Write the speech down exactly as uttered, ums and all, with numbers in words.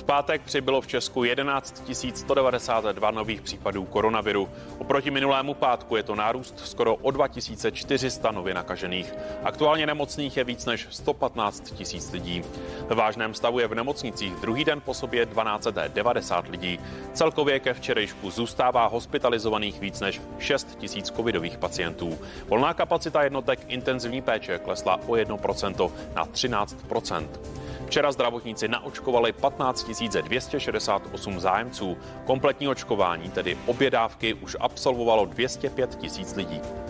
pátek přibylo v Česku jedenáct tisíc sto devadesát dva nových případů koronaviru. Oproti minulému pátku je to nárůst skoro o dva tisíce čtyři sta nově nakažených. Aktuálně nemocných je víc než sto patnáct tisíc lidí. Ve vážném stavu je v nemocnicích druhý den po sobě tisíc dvě stě devadesát lidí. Celkově ke včerejšku zůstává hospitalizovaných víc než šest tisíc covidových pacientů. Volná kapacita jednotek intenzivní péče klesla o jedno procento na třináct procent. Včera zdravotníci naočkovali patnáct tisíc dvě stě šedesát osm zájemců. Kompletní očkování, tedy obě dávky, už absolvovalo dvě stě pět tisíc lidí.